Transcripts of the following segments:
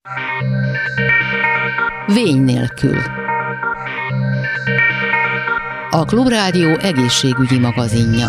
Vény nélkül. A Klubrádió egészségügyi magazinja.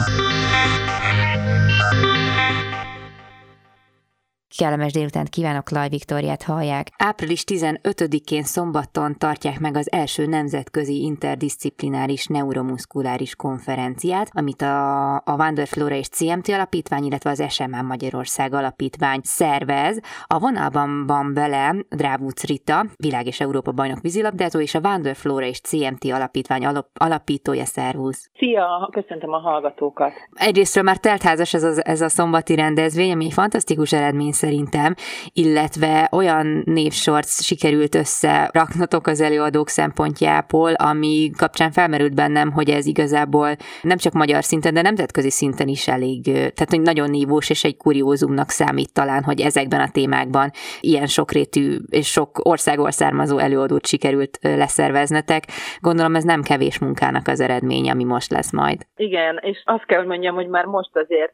Kellemes délutánt kívánok, Laj Viktóriát hallják. Április 15-én szombaton tartják meg az első nemzetközi interdisziplináris neuromuszkuláris konferenciát, amit a Wanderflora és CMT alapítvány, illetve az SMA Magyarország alapítvány szervez. A vonalban van vele Drávuc Rita, világ- és Európa bajnok vízilabdázó, és a Wanderflora és CMT alapítvány alapítója. Szervusz! Szia! Köszöntöm a hallgatókat! Egyrésztről már teltházas ez a szombati rendezvény, ami egy fantasztikus eredmény szerintem, illetve olyan névsort sikerült összeraknotok az előadók szempontjából, ami kapcsán felmerült bennem, hogy ez igazából nem csak magyar szinten, de nemzetközi szinten is elég, tehát hogy nagyon nívós és egy kuriózumnak számít talán, hogy ezekben a témákban ilyen sokrétű és sok országból származó előadót sikerült leszerveznetek. Gondolom ez nem kevés munkának az eredménye, ami most lesz majd. Igen, és azt kell, hogy mondjam, hogy már most azért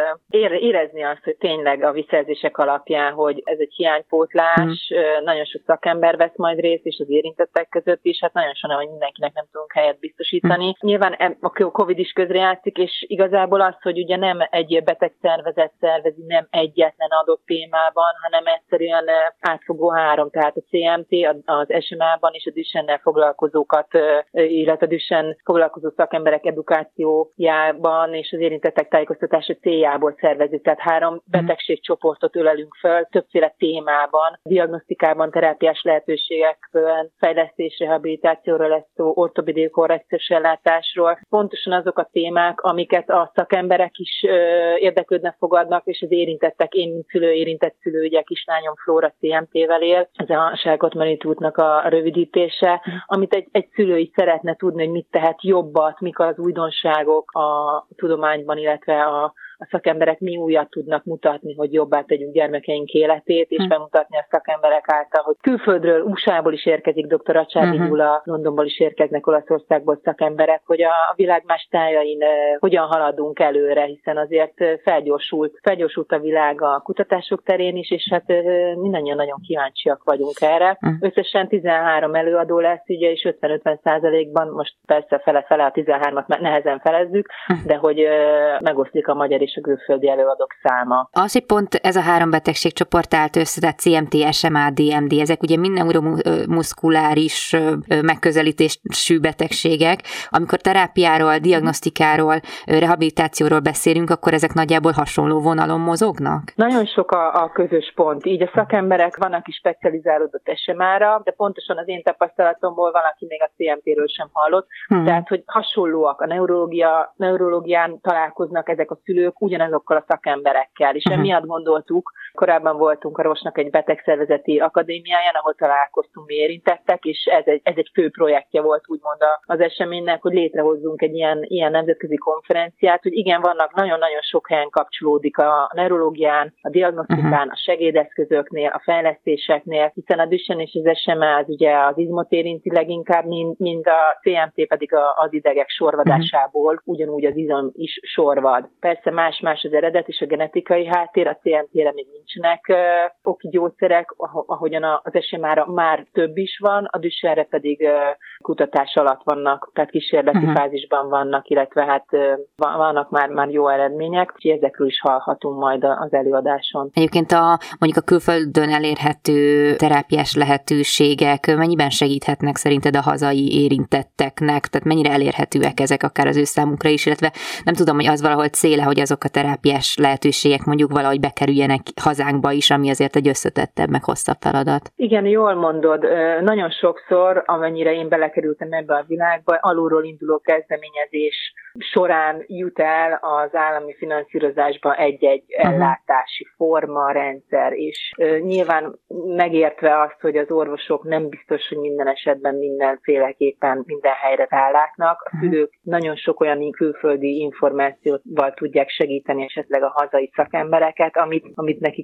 érezni azt, hogy tényleg a visszajelzések alapján, hogy ez egy hiánypótlás, nagyon sok szakember vesz majd részt, és az érintettek között is, hát nagyon sajnálom, hogy mindenkinek nem tudunk helyet biztosítani. Nyilván a Covid is közrejátszik, és igazából az, hogy ugye nem egy betegszervezet szervezi, nem egyetlen adott témában, hanem egyszerűen átfogó három, tehát a CMT, az SMA-ban és a Duchenne-nel foglalkozókat, illetve a Duchenne foglalkozó szakemberek edukációjában és az érintettek tájékoztatása céljából szervezik, tehát három betegségcsoportot ölelünk föl, többféle témában, diagnosztikában, terápiás lehetőségekben, fejlesztés, rehabilitációról lesz szó, ortopédiai korrekciós ellátásról. Pontosan azok a témák, amiket a szakemberek is érdeklődnek, fogadnak, és az érintettek, én mint szülő, érintett szülő, ugye kislányom Flóra CMT-vel él, ez a Charcot-Marie Tooth-nak a rövidítése, amit egy szülő is szeretne tudni, hogy mit tehet jobbat, mik az újdonságok a tudományban, illetve a szakemberek mi újat tudnak mutatni, hogy jobbá tegyünk gyermekeink életét, és bemutatni a szakemberek által, hogy külföldről, USA-ból is érkezik dr. Acsádi Gyula, Londonból is érkeznek, Olaszországból szakemberek, hogy a világ más tájain hogyan haladunk előre, hiszen azért felgyorsult a világ a kutatások terén is, és hát mindannyian nagyon kíváncsiak vagyunk erre. Összesen 13 előadó lesz, ugye, és 50-50%-ban, most persze fele-fele a 13-at nehezen felezzük, de hogy megoszlik a magyar és a külföldi előadók száma. Az, hogy pont ez a három betegségcsoport állt össze, tehát CMT, SMA, DMD, ezek ugye mind neuromuszkuláris megközelítésű betegségek. Amikor terápiáról, diagnosztikáról, rehabilitációról beszélünk, akkor ezek nagyjából hasonló vonalon mozognak? Nagyon sok a közös pont. Így a szakemberek van, aki specializálódott SMA-ra, de pontosan az én tapasztalatomból van, aki még a CMT-ről sem hallott. Tehát, hogy hasonlóak a neurológián találkoznak ezek a szülők ugyanazokkal a szakemberekkel, és emiatt gondoltuk, korábban voltunk a Roche-nak egy betegszervezeti akadémiáján, ahol találkoztunk mi érintettek, és ez egy fő projektje volt úgymond az eseménynek, hogy létrehozzunk egy ilyen nemzetközi konferenciát, hogy igen, vannak nagyon-nagyon sok helyen kapcsolódik a neurológián, a diagnosztikán, a segédeszközöknél, a fejlesztéseknél, hiszen a Duchenne és az SMA az ugye az izmot érinti leginkább, mind a CMT pedig az idegek sorvadásából, ugyanúgy az izom is sorvad. Persze más az eredet és a genetikai háttér, a CMT-re még nincsenek oki gyógyszerek, ahogyan az SMA-ra már több is van, a Duchenne-re pedig kutatás alatt vannak, tehát kísérleti fázisban vannak, illetve hát vannak már jó eredmények, úgyhogy ezekről is hallhatunk majd az előadáson. Egyébként mondjuk a külföldön elérhető terápiás lehetőségek mennyiben segíthetnek szerinted a hazai érintetteknek, tehát mennyire elérhetőek ezek akár az ő számukra is, illetve nem tudom, hogy az valahol céle, hogy azok a terápiás lehetőségek mondjuk valahogy bekerüljenek hazánkba is, ami azért egy összetettebb, meg hosszabb feladat. Igen, jól mondod. Nagyon sokszor, amennyire én belekerültem ebbe a világba, alulról induló kezdeményezés során jut el az állami finanszírozásba egy-egy ellátási forma, rendszer, és nyilván megértve azt, hogy az orvosok nem biztos, hogy minden esetben mindenféleképpen minden helyre rálátnak. A szülők nagyon sok olyan külföldi információval tudják segíteni esetleg a hazai szakembereket, amit nekik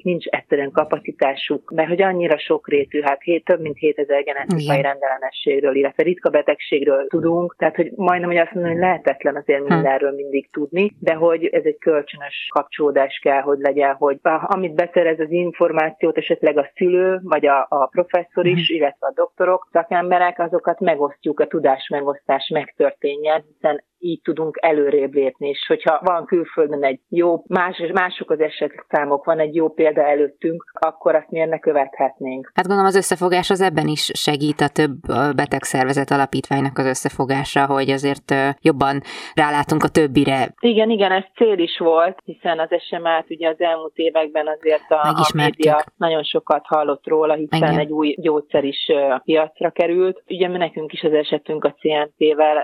akik nincs egyszerűen kapacitásuk, mert hogy annyira sokrétű, hát több mint 7000 genetikai rendellenességről, illetve ritka betegségről tudunk, tehát hogy majdnem, hogy azt mondom, hogy lehetetlen azért mindenről mindig tudni, de hogy ez egy kölcsönös kapcsolódás kell, hogy legyen, hogy amit beszerez az információt, esetleg a szülő, vagy a professzor is, illetve a doktorok, szakemberek, azokat megosztjuk, a tudásmegosztás megtörténjen, hiszen így tudunk előrébb lépni, és hogyha van külföldön egy jó, mások az esetszámok, van egy jó példa előttünk, akkor azt miért ne követhetnénk. Hát gondolom az összefogás az ebben is segít, a több betegszervezet alapítványnak az összefogása, hogy azért jobban rálátunk a többire. Igen, ez cél is volt, hiszen az SMA-t ugye az elmúlt években azért a média nagyon sokat hallott róla, hiszen egy új gyógyszer is a piacra került. Ugye nekünk is az esetünk a CMT-vel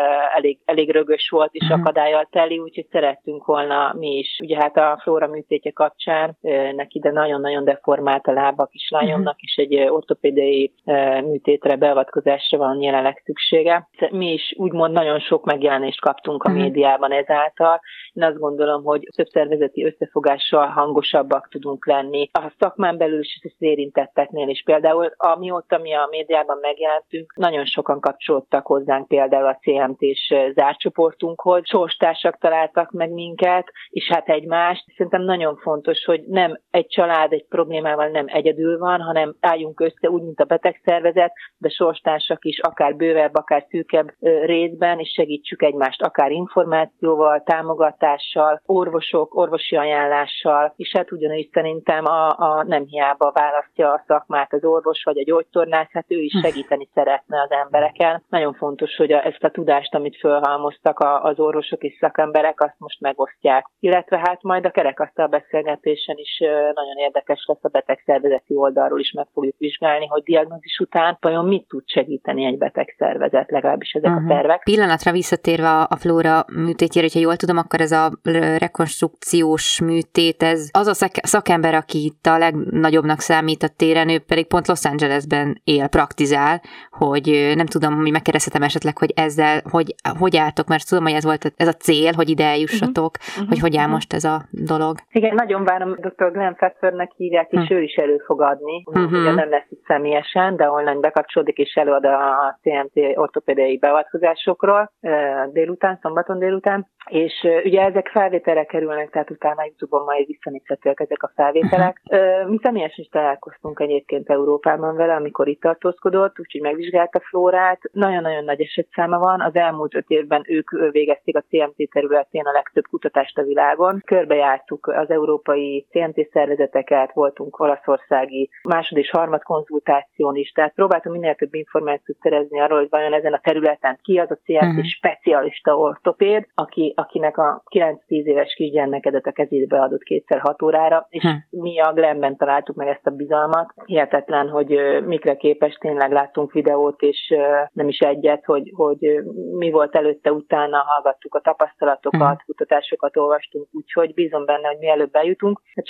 elég rögös volt és akadállyal teli, úgyhogy szerettünk volna mi is. Ugye hát a Flóra műtétje kapcsán neki de nagyon-nagyon deformált a lába a kislányomnak, és egy ortopédiai műtétre, beavatkozásra van jelenleg szüksége. Mi is úgymond nagyon sok megjelenést kaptunk a médiában ezáltal. Én azt gondolom, hogy több szervezeti összefogással hangosabbak tudunk lenni. A szakmán belül is az érintetteknél is. Például amióta mi a médiában megjelentünk, nagyon sokan kapcsolódtak hozzánk például a CMT-s zártcsoportunkhoz. Sorstársak találtak meg minket, és hát egymást. Szerintem nagyon fontos, hogy nem egy család egy problémával nem egyedül van, hanem álljunk össze úgy, mint a betegszervezet, de sorstársak is akár bővebb, akár szűkebb részben, és segítsük egymást akár információval, támogatással, orvosi ajánlással, és hát ugyanígy szerintem nem hiába választja a szakmát az orvos vagy a gyógytornász, hát ő is segíteni szeretne az embereken. Nagyon fontos, hogy ezt a tudást, amit fölhalmoztak az orvosok és szakemberek, azt most megosztják. Illetve hát majd a kerekasztal beszélgetésen is nagyon érdekes lesz a betegszervezeti oldalról is meg fogjuk vizsgálni, hogy diagnózis után vajon mit tud segíteni egy betegszervezet, legalábbis ezek a tervek. Pillanatra visszatérve a Flóra műtétjére, hogyha jól tudom, akkor ez a rekonstrukciós műtét, ez az a szakember, aki itt a legnagyobbnak számít a téren, ő pedig pont Los Angelesben él, praktizál, hogy nem tudom, hogy megkérdezhetem esetleg, hogy ezzel, hogy álltok, mert tudom, hogy ez volt ez a cél, hogy ide eljussatok, hogy áll most ez a dolog. Igen, nagyon várom, dr. Glenn Pfeffernek hívják, és ő is elő fog adni. Ugye nem lesz itt személyesen, de online bekapcsolódik, és előad a CMT ortopédiai beavatkozásokról szombaton délután. És ugye ezek felvételre kerülnek, tehát utána YouTube-on majd visszanézhetőek ezek a felvételek. Mi személyesen is találkoztunk egyébként Európában vele, amikor itt tartózkodott, úgyhogy megvizsgálta Flórát. Nagyon-nagyon nagy esetszáma van. Az elmúlt 5 évben ők végezték a CMT területén a legtöbb kutatást a világon. Körbejártuk az európai CMT szervezeteket, voltunk olaszországi másod- és harmad konzultáción is, tehát próbáltunk minél több információt szerezni arról, hogy vajon ezen a területen ki az a CMT specialista ortopéd, akinek a 9-10 éves kisgyermekedet a kezébe adott 2x6 órára, és mi a Glennben találtuk meg ezt a bizalmat. Hihetetlen, hogy mikre képes, tényleg láttunk videót, és nem is egyet, hogy mi volt előtte, utána hallgattuk a tapasztalatokat, kutatásokat olvastunk, úgyhogy bízom benne, hogy mielőbb bejutunk. Hát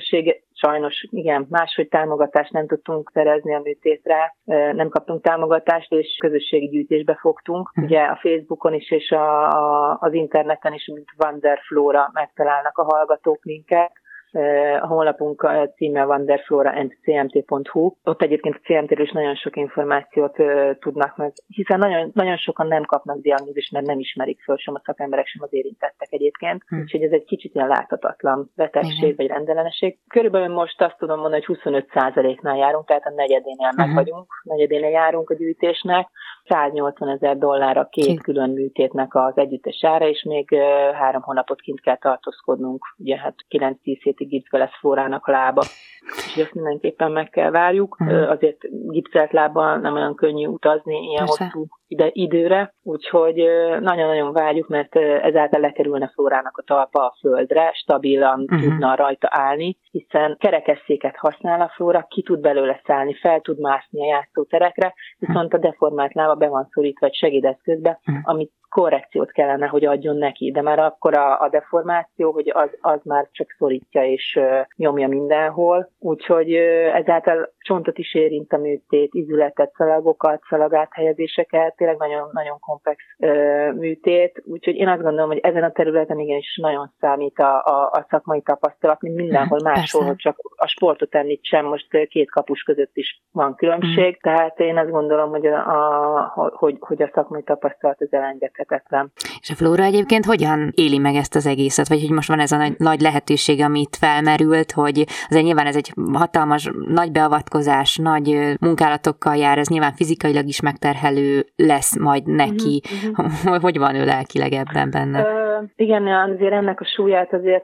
sajnos máshogy támogatást nem tudtunk szerezni a műtétre, nem kaptunk támogatást, és közösségi gyűjtésbe fogtunk. Ugye a Facebookon is, és az interneten is, mint Wanderflora megtalálnak a hallgatók minket. A honlapunk címe wanderfloraandcmt.hu. Ott egyébként a CMT-ről is nagyon sok információt tudnak meg, hiszen nagyon, nagyon sokan nem kapnak diagnózist, mert nem ismerik föl sem a szakemberek, sem az érintettek egyébként. Úgyhogy ez egy kicsit ilyen láthatatlan betegség vagy rendellenesség. Körülbelül most azt tudom mondani, hogy 25%-nál járunk, tehát a negyedénél meg vagyunk, negyedénél járunk a gyűjtésnek. $180,000 két külön műtétnek az együttes ára, és még 3 hónapot kint kell tartózkodnunk. Ugye hát 9-10 hétig gipszbe lesz Flórának a lába. És ezt mindenképpen meg kell várjuk. Azért gipszelt lábbal nem olyan könnyű utazni ilyen hosszú időre, úgyhogy nagyon-nagyon várjuk, mert ezáltal lekerülne Flórának a talpa a földre, stabilan tudna rajta állni, hiszen kerekesszéket használ a Flóra, ki tud belőle szállni, fel tud mászni a játszóterekre, viszont a deformált lába be van szorítva egy segédeszközbe, amit korrekciót kellene, hogy adjon neki, de már akkor a deformáció, hogy az már csak szorítja és nyomja mindenhol, úgyhogy ezáltal csontot is érint a műtét, izületet, szalagokat, szalagáthelyezéseket, tényleg nagyon, nagyon komplex műtét, úgyhogy én azt gondolom, hogy ezen a területen igenis nagyon számít a szakmai tapasztalat, mint mindenhol máshol, hogy csak a sportot említsem, most két kapus között is van különbség, tehát én azt gondolom, hogy a szakmai tapasztalat az elengedhetetlen. És a Flóra egyébként hogyan éli meg ezt az egészet, vagy hogy most van ez a nagy lehetőség, amit felmerült, hogy azért nyilván ez egy hatalmas, nagy beavatkozás, nagy munkálatokkal jár, ez nyilván fizikailag is megterhelő lesz majd neki. Hogy van ő lelkileg ebben benne? Igen, azért ennek a súlyát azért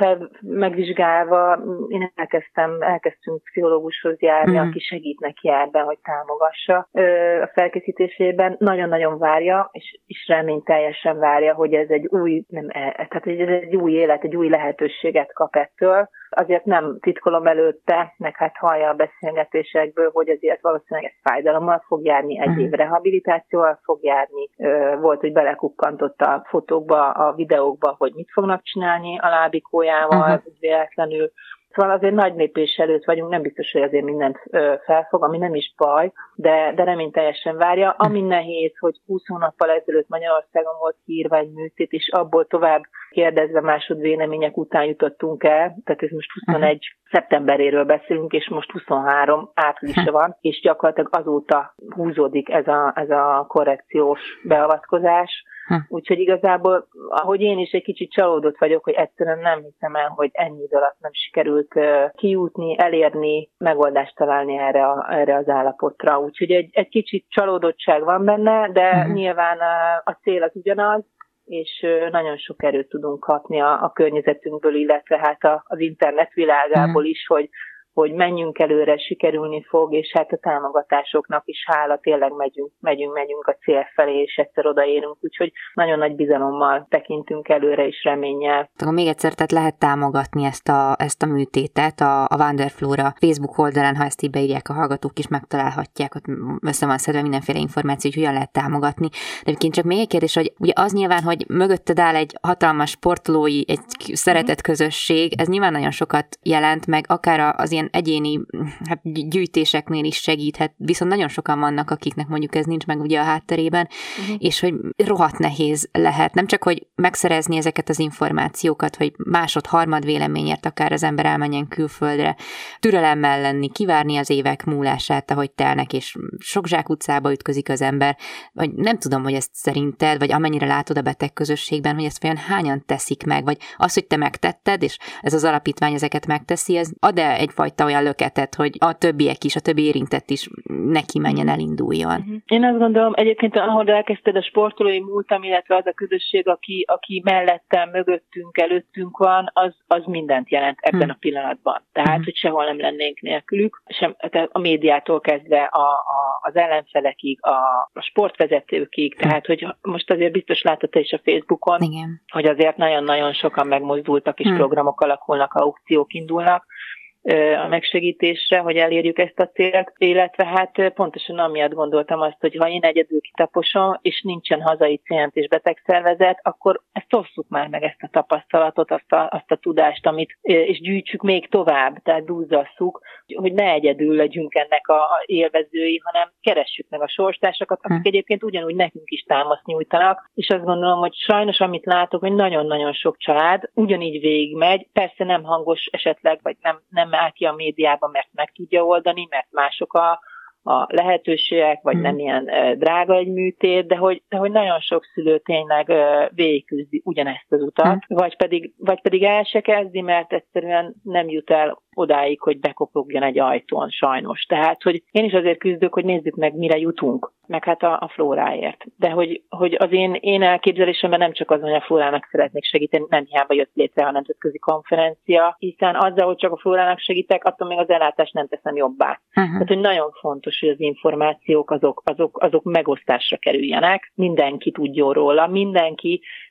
megvizsgálva én elkezdtünk pszichológushoz járni, aki segít neki ebben, hogy támogassa a felkészítésében. Nagyon-nagyon várja, és reményteljesen várja, hogy ez egy új, tehát ez egy új élet, egy új lehetőséget kap ettől. Azért nem titkolom előtte, meg hát hallja a beszélgetésekből, hogy azért valószínűleg ez fájdalommal fog járni, egy év rehabilitációval fog járni. Volt, hogy belekukkantott a fotókba, a videókba, hogy mit fognak csinálni a lábikójával, véletlenül. Szóval azért nagy lépés előtt vagyunk, nem biztos, hogy azért mindent felfog, ami nem is baj, de reményteljesen várja. Ami nehéz, hogy 20 hónappal ezelőtt Magyarországon volt kiírva egy műtét, és abból tovább kérdezve másodvélemények után jutottunk el, tehát ez most 21 szeptemberéről beszélünk, és most 23 áprilisa van, és gyakorlatilag azóta húzódik ez a korrekciós beavatkozás. Úgyhogy igazából, ahogy én is egy kicsit csalódott vagyok, hogy egyszerűen nem hiszem el, hogy ennyi idő alatt nem sikerült kijutni, elérni, megoldást találni erre az állapotra. Úgyhogy egy kicsit csalódottság van benne, de nyilván a cél az ugyanaz, és nagyon sok erőt tudunk kapni a környezetünkből, illetve hát az internet világából is, hogy menjünk előre, sikerülni fog, és hát a támogatásoknak is hála, tényleg megyünk a cél felé, és egyszer odaérünk, úgyhogy nagyon nagy bizalommal tekintünk előre, és reménnyel. Még egyszer, tehát lehet támogatni ezt a műtétet a Wonderflora Facebook oldalán, ha ezt így beírják, a hallgatók is megtalálhatják, ott össze van szedve mindenféle információ, hogy hogyan lehet támogatni. De egyébként csak még egy kérdés, hogy ugye az nyilván, hogy mögötted áll egy hatalmas sportolói, egy szeretett közösség, ez nyilván nagyon sokat jelent, meg akár az ilyen egyéni gyűjtéseknél is segíthet, viszont nagyon sokan vannak, akiknek mondjuk ez nincs meg ugye a hátterében, és hogy rohadt nehéz lehet, nem csak, hogy megszerezni ezeket az információkat, hogy másod-harmad véleményért akár az ember elmenjen külföldre, türelemmel lenni, kivárni az évek múlását, ahogy telnek, és sok zsákutcába ütközik az ember, vagy nem tudom, hogy ezt szerinted, vagy amennyire látod a beteg közösségben, hogy ezt olyan hányan teszik meg, vagy az, hogy te megtetted, és ez az alapítvány ezeket megteszi, ez ad-e egyfajta olyan löketet, hogy a többiek is, a többi érintett is neki menjen, elinduljon. Én azt gondolom, egyébként ahol elkezdted a sportolói múltam, illetve az a közösség, aki mellettem, mögöttünk, előttünk van, az mindent jelent ebben a pillanatban. Tehát, hogy sehol nem lennénk nélkülük, tehát a médiától kezdve az ellenfelekig, a sportvezetőkig, tehát, hogy most azért biztos láttad te is a Facebookon, hogy azért nagyon-nagyon sokan megmozdultak, és programok alakulnak, aukciók indulnak a megsegítésre, hogy elérjük ezt a célt, illetve hát pontosan amiatt gondoltam azt, hogy ha én egyedül kitaposom, és nincsen hazai CNT-s betegszervezet, akkor ezt osszuk már meg, ezt a tapasztalatot, azt a tudást, és gyűjtsük még tovább, tehát dúzzasszuk, hogy ne egyedül legyünk ennek a élvezői, hanem keressük meg a sorstársakat, akik egyébként ugyanúgy nekünk is támaszt nyújtanak, és azt gondolom, hogy sajnos amit látok, hogy nagyon-nagyon sok család ugyanígy végigmegy, persze nem hangos esetleg, vagy nem áll ki a médiában, mert meg tudja oldani, mert mások a lehetőségek, vagy nem ilyen drága egy műtét, de hogy nagyon sok szülő tényleg végigküzdi ugyanezt az utat, vagy pedig el se kezdi, mert egyszerűen nem jut el odáig, hogy bekopogjon egy ajtón, sajnos. Tehát, hogy én is azért küzdök, hogy nézzük meg, mire jutunk, meg hát a Flóráért. De hogy az én elképzelésemben nem csak az, hogy a Flórának szeretnék segíteni, nem hiába jött létre a nemzetközi konferencia, hiszen azzal, hogy csak a Flórának segítek, attól még az ellátást nem teszem jobbá. Tehát, hogy nagyon fontos, hogy az információk azok megosztásra kerüljenek, mindenki tudjon róla, mindenki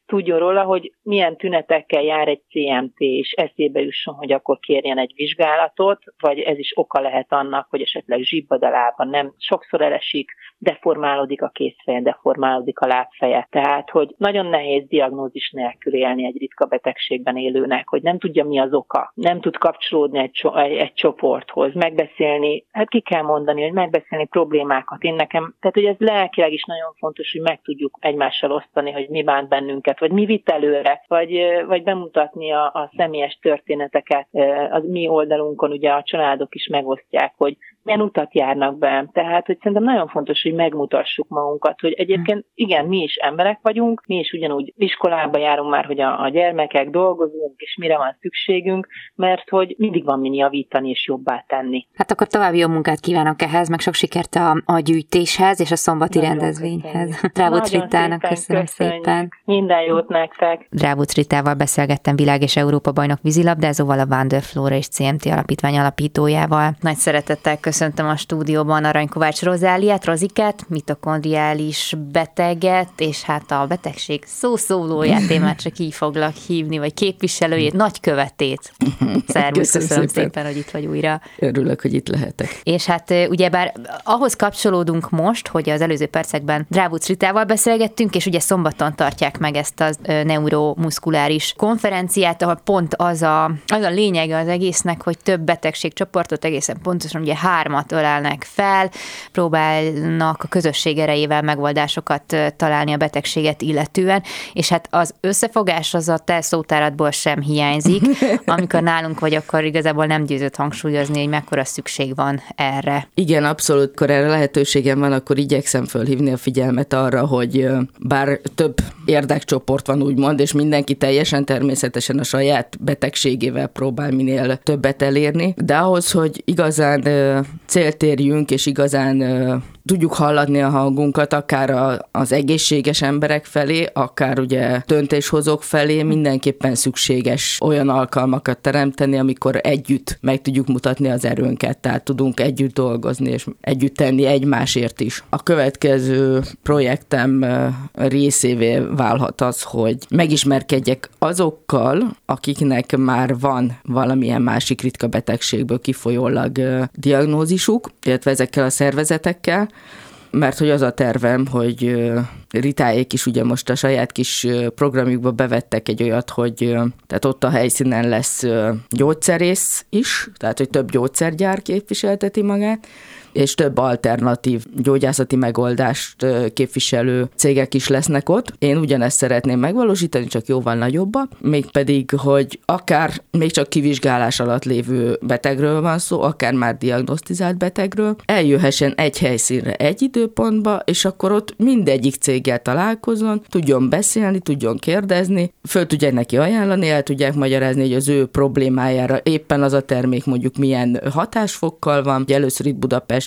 tudjon róla, hogy milyen tünetekkel jár egy CMT, és eszébe jusson, hogy akkor kérjen egy vizsgálatot, vagy ez is oka lehet annak, hogy esetleg zsibbad a lába, nem sokszor elesik, deformálódik a kézfeje, deformálódik a lábfeje. Tehát, hogy nagyon nehéz diagnózis nélkül élni egy ritka betegségben élőnek, hogy nem tudja, mi az oka, nem tud kapcsolódni egy csoporthoz, megbeszélni, hát ki kell mondani, hogy megbeszélni problémákat. Tehát, hogy ez lelkileg is nagyon fontos, hogy meg tudjuk egymással osztani, hogy mi bánt bennünket, vagy mi vitt előre, vagy bemutatni a személyes történeteket. Az mi oldalunkon ugye a családok is megosztják, hogy milyen utat járnak be. Tehát, hogy szerintem nagyon fontos, hogy megmutassuk magunkat, hogy egyébként igen, mi is emberek vagyunk, mi is ugyanúgy iskolába járunk már, hogy a gyermekek dolgozunk, és mire van szükségünk, mert hogy mindig van min javítani és jobbá tenni. Hát akkor további jó munkát kívánok ehhez, meg sok sikert a gyűjtéshez és a szombati nagyon rendezvényhez. Drábuc Ritának köszönöm szépen. Minden jót nektek. Drábuc Ritával beszélgettem világ- és Európa-bajnok vízilabdázóval, a Wander Flóra és CMT alapítvány alapítójával. Nagy szeretettel köszöntöm a stúdióban Arany Kovács Rozáliát, Rozikát, mitokondriális beteget, és hát a betegség szószólóját én már csak így foglak hívni, vagy képviselőjét, nagykövetét. Szervusz, köszönöm szépen, hogy itt vagy újra. Örülök, hogy itt lehetek. És hát ugyebár ahhoz kapcsolódunk most, hogy az előző percekben Drábuc Ritával beszélgettünk, és ugye szombaton tartják meg ezt a neuromuszkuláris konferenciát, ahol pont az a lényege az egésznek, hogy több betegségcsoportot, egészen pontosan ugye 3 ölelnek fel, próbálnak a közösség erejével megoldásokat találni a betegséget illetően, és hát az összefogás az a te szótáradból sem hiányzik. Amikor nálunk vagy, akkor igazából nem győzött hangsúlyozni, hogy mekkora szükség van erre. Igen, abszolút, akkor erre lehetőségem van, akkor igyekszem fölhívni a figyelmet arra, hogy bár több érdekcsoport van úgymond, és mindenki teljesen természetesen a saját betegségével próbál minél többet elérni, de ahhoz, hogy igazán célt érjünk, és igazán tudjuk hallatni a hangunkat, akár az egészséges emberek felé, akár ugye döntéshozók felé, mindenképpen szükséges olyan alkalmakat teremteni, amikor együtt meg tudjuk mutatni az erőnket, tehát tudunk együtt dolgozni, és együtt tenni egymásért is. A következő projektem részévé válhat az, hogy megismerkedjek azokkal, akiknek már van valamilyen másik ritka betegségből kifolyólag diagnózisuk, illetve ezekkel a szervezetekkel, mert hogy az a tervem, hogy Ritáék is ugye most a saját kis programjukba bevettek egy olyat, hogy tehát ott a helyszínen lesz gyógyszerész is, tehát hogy több gyógyszergyár képviselteti magát, és több alternatív gyógyászati megoldást képviselő cégek is lesznek ott. Én ugyanezt szeretném megvalósítani, csak jóval nagyobba, mégpedig, hogy akár még csak kivizsgálás alatt lévő betegről van szó, akár már diagnosztizált betegről, eljöhessen egy helyszínre egy időpontba, és akkor ott mindegyik céggel találkozzon, tudjon beszélni, tudjon kérdezni, föl tudják neki ajánlani, el tudják magyarázni, hogy az ő problémájára éppen az a termék mondjuk milyen hatásfokkal van. Ugye először itt Budapesten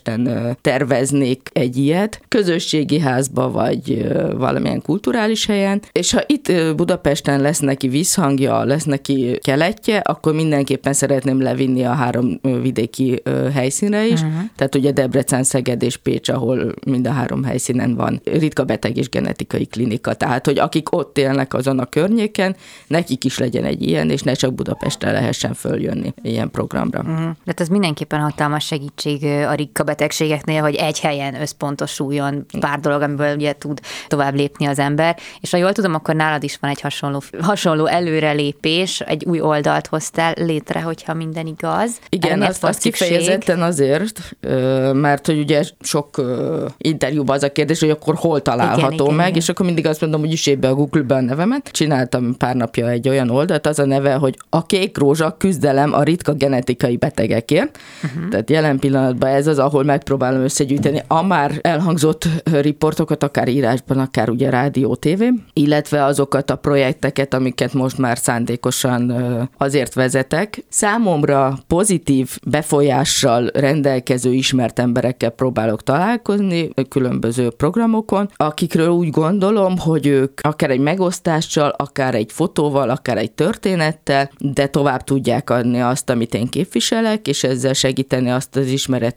terveznék egy ilyet, közösségi házba, vagy valamilyen kulturális helyen, és ha itt Budapesten lesz neki visszhangja, lesz neki keletje, akkor mindenképpen szeretném levinni a 3 vidéki helyszínre is, tehát ugye Debrecen, Szeged és Pécs, ahol mind a 3 helyszínen van ritka beteg és genetikai klinika, tehát hogy akik ott élnek azon a környéken, nekik is legyen egy ilyen, és ne csak Budapesten lehessen följönni ilyen programra. Tehát ez mindenképpen hatalmas segítség a ritka betegségeknél, hogy egy helyen összpontosuljon pár dolog, amiből ugye tud tovább lépni az ember. És ha jól tudom, akkor nálad is van egy hasonló előrelépés, egy új oldalt hoztál létre, hogyha minden igaz. Igen, azt kifejezetten azért, mert hogy ugye sok interjúban az a kérdés, hogy akkor hol található meg, és akkor mindig azt mondom, hogy üssék be a Google-be a nevemet. Csináltam pár napja egy olyan oldalt, az a neve, hogy a Kék Rózsa küzdelem a ritka genetikai betegekért. Tehát jelen pillanatban ez az, ahol megpróbálom összegyűjteni a már elhangzott riportokat, akár írásban, akár ugye rádió, tévé, illetve azokat a projekteket, amiket most már szándékosan azért vezetek. Számomra pozitív befolyással rendelkező ismert emberekkel próbálok találkozni különböző programokon, akikről úgy gondolom, hogy ők akár egy megosztással, akár egy fotóval, akár egy történettel, de tovább tudják adni azt, amit én képviselek, és ezzel segíteni azt az ismeretterjesztő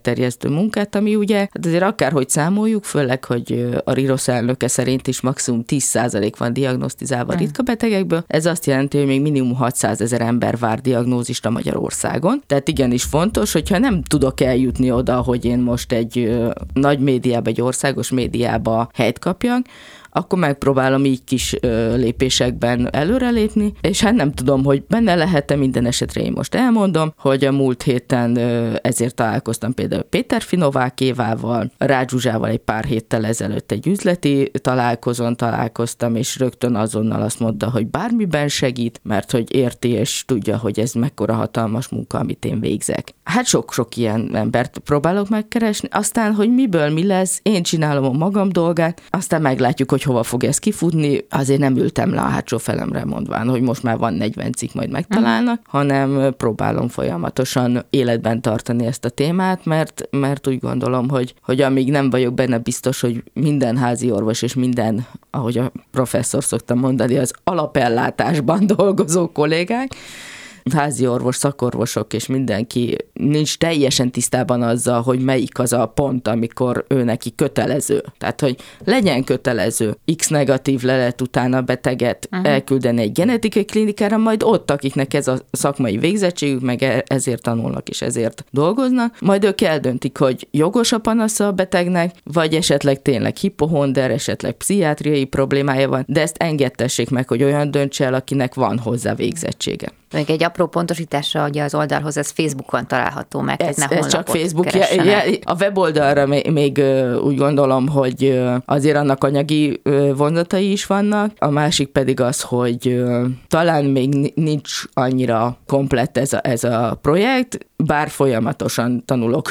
munkát, ami ugye, hát azért akárhogy számoljuk, főleg, hogy a RIROSZ elnöke szerint is maximum 10% van diagnosztizálva ritka betegekből. Ez azt jelenti, hogy még minimum 600 000 ember vár diagnózisra Magyarországon. Tehát igenis fontos, hogyha nem tudok eljutni oda, hogy én most egy nagy médiába, egy országos médiába helyt kapjak, akkor megpróbálom így kis lépésekben előrelépni, és hát nem tudom, hogy benne lehet-e, minden esetre én most elmondom, hogy a múlt héten ezért találkoztam például Péterfi Novákévával, Rácz Zsuzsával egy pár héttel ezelőtt egy üzleti találkozón találkoztam, és rögtön azonnal azt mondta, hogy bármiben segít, mert hogy érti és tudja, hogy ez mekkora hatalmas munka, amit én végzek. Hát sok-sok ilyen embert próbálok megkeresni, aztán, hogy miből mi lesz, én csinálom a magam dolgát, aztán meglátjuk, hogy hova fog ez kifutni, azért nem ültem le a hátsó felemre mondván, hogy most már van 40 cikk, majd megtalálnak, hanem próbálom folyamatosan életben tartani ezt a témát, mert úgy gondolom, hogy amíg nem vagyok benne biztos, hogy minden házi orvos és minden, ahogy a professzor szokta mondani, az alapellátásban dolgozó kollégák, házi orvos, szakorvosok és mindenki nincs teljesen tisztában azzal, hogy melyik az a pont, amikor ő neki kötelező. Tehát, hogy legyen kötelező, X negatív lelet utána a beteget elküldeni egy genetikai klinikára, majd ott, akiknek ez a szakmai végzettségük, meg ezért tanulnak és ezért dolgoznak, majd ők eldöntik, hogy jogos a panasza a betegnek, vagy esetleg tényleg hipohonder, esetleg pszichiátriai problémája van, de ezt engedtessék meg, hogy olyan döntse el, akinek van hozzá végzettsége. Még egy apró pontosításra, hogy az oldalhoz ez Facebookon található meg. Ez csak Facebook. A weboldalra még úgy gondolom, hogy azért annak anyagi vonzatai is vannak. A másik pedig az, hogy talán még nincs annyira komplett ez a projekt, bár folyamatosan tanulok.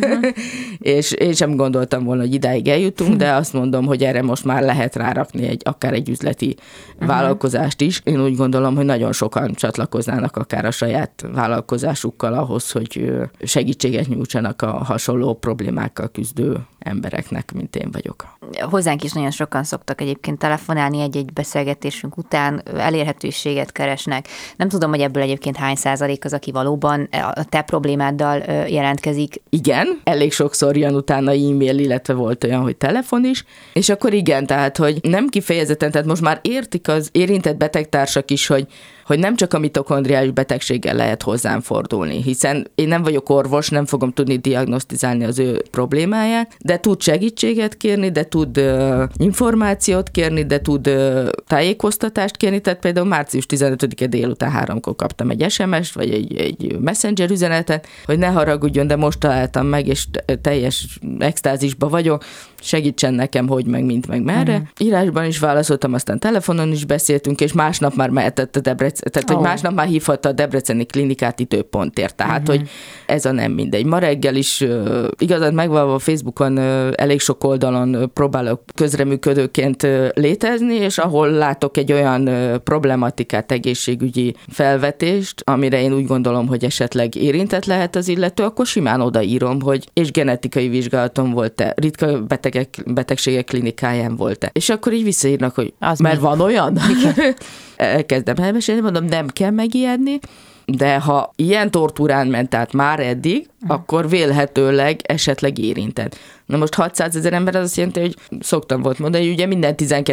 És én sem gondoltam volna, hogy idáig eljutunk, de azt mondom, hogy erre most már lehet rárakni akár egy üzleti vállalkozást is. Én úgy gondolom, hogy nagyon sokan csatlakoznának akár a saját vállalkozásukkal ahhoz, hogy segítséget nyújtsanak a hasonló problémákkal küzdő embereknek, mint én vagyok. Hozzánk is nagyon sokan szoktak egyébként telefonálni egy-egy beszélgetésünk után, elérhetőséget keresnek. Nem tudom, hogy ebből egyébként hány százalék az, aki valóban a te problémáddal jelentkezik. Igen, elég sokszor jön utána e-mail, illetve volt olyan, hogy telefon is, és akkor igen, tehát, hogy nem kifejezetten, tehát most már értik az érintett betegtársak is, hogy nem csak a mitokondriális betegséggel lehet hozzám fordulni, hiszen én nem vagyok orvos, nem fogom tudni diagnosztizálni az ő problémáját, de tud segítséget kérni, de tud információt kérni, de tud tájékoztatást kérni, tehát például március 15-e délután 3-kor kaptam egy SMS-t, vagy egy messenger üzenetet, hogy ne haragudjon, de most találtam meg, és teljes extázisba vagyok, segítsen nekem, hogy meg mint meg merre. Írásban is válaszoltam, aztán telefonon is beszéltünk, és másnap már mehetett a tehát hogy másnap már hívhatta a debreceni klinikát időpontért, tehát hogy ez a nem mindegy. Ma reggel is igazán megvalva a Facebookon elég sok oldalon próbálok közreműködőként létezni, és ahol látok egy olyan problematikát, egészségügyi felvetést, amire én úgy gondolom, hogy esetleg érintett lehet az illető, akkor simán odaírom, hogy és genetikai vizsgálatom volt-e, ritka betegségek klinikáján volt-e. És akkor így visszaírnak, hogy az mert van olyan? Elkezdem elmesélni, mondom, nem kell megijedni, de ha ilyen tortúrán ment át már eddig, akkor vélhetőleg esetleg érintett. Na most 600 000 ember, az azt jelenti, hogy szoktam volt mondani, hogy ugye minden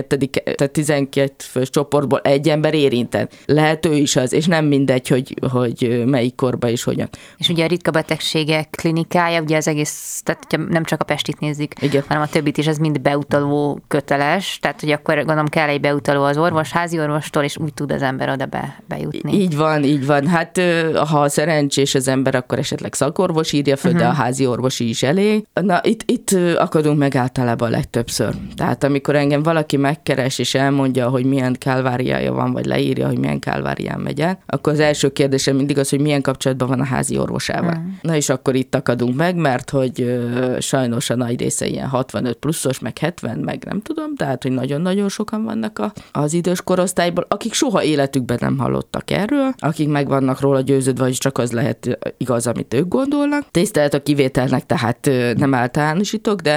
12 fős csoportból egy ember érintett. Lehet ő is az, és nem mindegy, hogy melyik korba és hogyan. És ugye a ritka betegségek klinikája, ugye az egész, tehát nem csak a Pestit nézzük, igen, hanem a többit is, ez mind beutaló köteles, tehát hogy akkor gondolom kell egy beutaló az orvos, házi orvostól, és úgy tud az ember oda bejutni. Így van. Hát ha szerencsés az ember, akkor esetleg szakorvos írja föl, de a házi orvosi is elég. Na, itt akadunk meg általában legtöbbször. Tehát amikor engem valaki megkeres és elmondja, hogy milyen kálváriája van, vagy leírja, hogy milyen kálvárián megy el, akkor az első kérdésem mindig az, hogy milyen kapcsolatban van a házi orvosával. Na és akkor itt akadunk meg, mert hogy sajnos a nagy része ilyen 65 pluszos, meg 70, meg nem tudom, tehát hogy nagyon-nagyon sokan vannak az idős korosztályból, akik soha életükben nem hallottak erről, akik meg vannak róla győződve, hogy csak az lehet igaz, amit ők gondolnak. Tisztelet a kivételnek, tehát nem általánosítok,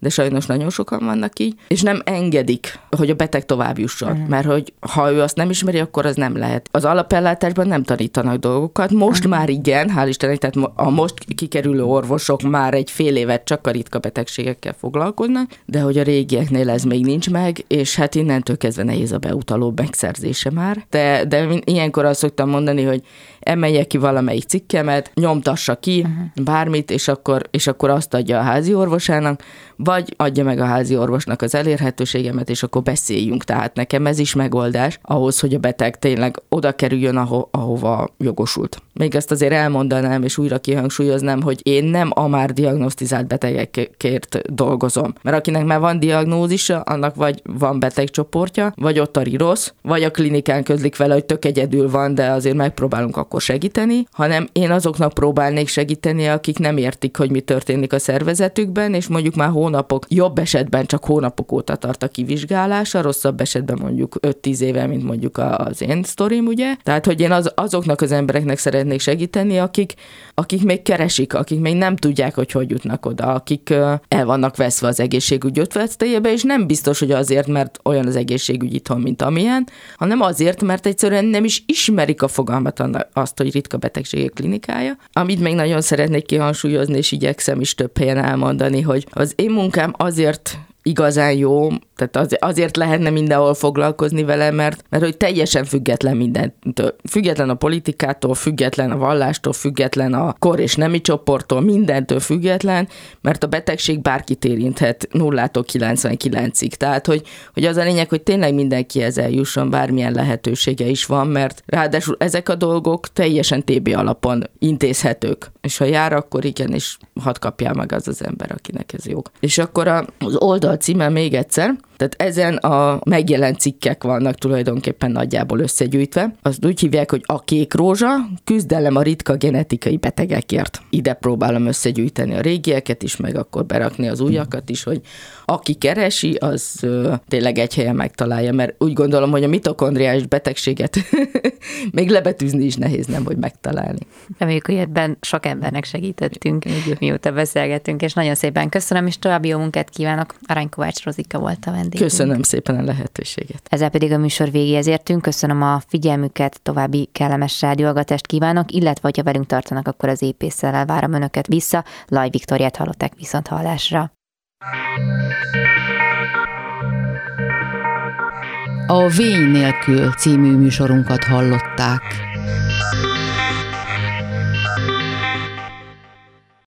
de sajnos nagyon sokan vannak így, és nem engedik, hogy a beteg tovább jusson, mert hogy ha ő azt nem ismeri, akkor az nem lehet. Az alapellátásban nem tanítanak dolgokat, most már igen, hál' Istennek, tehát a most kikerülő orvosok már egy fél évet csak a ritka betegségekkel foglalkoznak, de hogy a régieknél ez még nincs meg, és hát innentől kezdve nehéz a beutaló megszerzése már. De ilyenkor azt szoktam mondani, hogy emelje ki valamelyik cikkemet, nyomtassa ki bármit, és akkor azt adja a házi orvosának, vagy adja meg a házi orvosnak az elérhetőségemet, és akkor beszéljünk. Tehát nekem ez is megoldás ahhoz, hogy a beteg tényleg oda kerüljön, ahova jogosult. Még ezt azért elmondanám, és újra kihangsúlyoznám, hogy én nem a már diagnosztizált betegekért dolgozom. Mert akinek már van diagnózisa, annak vagy van betegcsoportja, vagy ott a rirosz, vagy a klinikán közlik vele, hogy tök egyedül van, de azért megpróbálunk akkor segíteni, hanem én azoknak próbálnék segíteni, akik nem értik, hogy mi történik a szervezetükben, és mondjuk már jobb esetben csak hónapok óta tart a kivizsgálása, rosszabb esetben mondjuk 5-10 éve, mint mondjuk az én sztorim, ugye? Tehát, hogy én azoknak az embereknek szeretnék segíteni, akik még keresik, akik még nem tudják, hogy jutnak oda, akik el vannak veszve az egészségügy ötletéjébe, és nem biztos, hogy azért, mert olyan az egészségügy itthon, mint amilyen, hanem azért, mert egyszerűen nem is ismerik a fogalmat azt, hogy ritka betegségek klinikája. Amit még nagyon szeretnék kihangsúlyozni, és igyekszem is több helyen elmondani, hogy az én munkám azért igazán jó, tehát azért lehetne mindenhol foglalkozni vele, mert hogy teljesen független mindentől. Független a politikától, független a vallástól, független a kor és nemi csoporttól, mindentől független, mert a betegség bárkit érinthet 0-tól 99-ig. Tehát, hogy az a lényeg, hogy tényleg mindenkihez eljusson, bármilyen lehetősége is van, mert ráadásul ezek a dolgok teljesen TB alapon intézhetők. És ha jár, akkor igen, és hadd kapjál meg az ember, akinek ez jó. És akkor az oldal címen még egyszer, tehát ezen a megjelent cikkek vannak tulajdonképpen nagyjából összegyűjtve. Azt úgy hívják, hogy a kék rózsa, küzdelem a ritka genetikai betegekért. Ide próbálom összegyűjteni a régieket is, meg akkor berakni az újakat is, hogy aki keresi, az tényleg egy helyen megtalálja, mert úgy gondolom, hogy a mitokondriális betegséget még lebetűzni is nehéz, nem, hogy megtalálni. Reméljük, hogy ebben sok embernek segítettünk, mióta beszélgetünk, és nagyon szépen köszönöm, és további jó munkát kívánok. Arany Kovács Rozika volt a vendégünk. Köszönöm szépen a lehetőséget. Ezzel pedig a műsor végéhez értünk. Köszönöm a figyelmüket, további kellemes rádióhallgatást kívánok, illetve ha velünk tartanak, akkor az épésszel várom önöket vissza. Laj Viktóriát hallották, viszont hallásra. A Vény nélkül című műsorunkat hallották.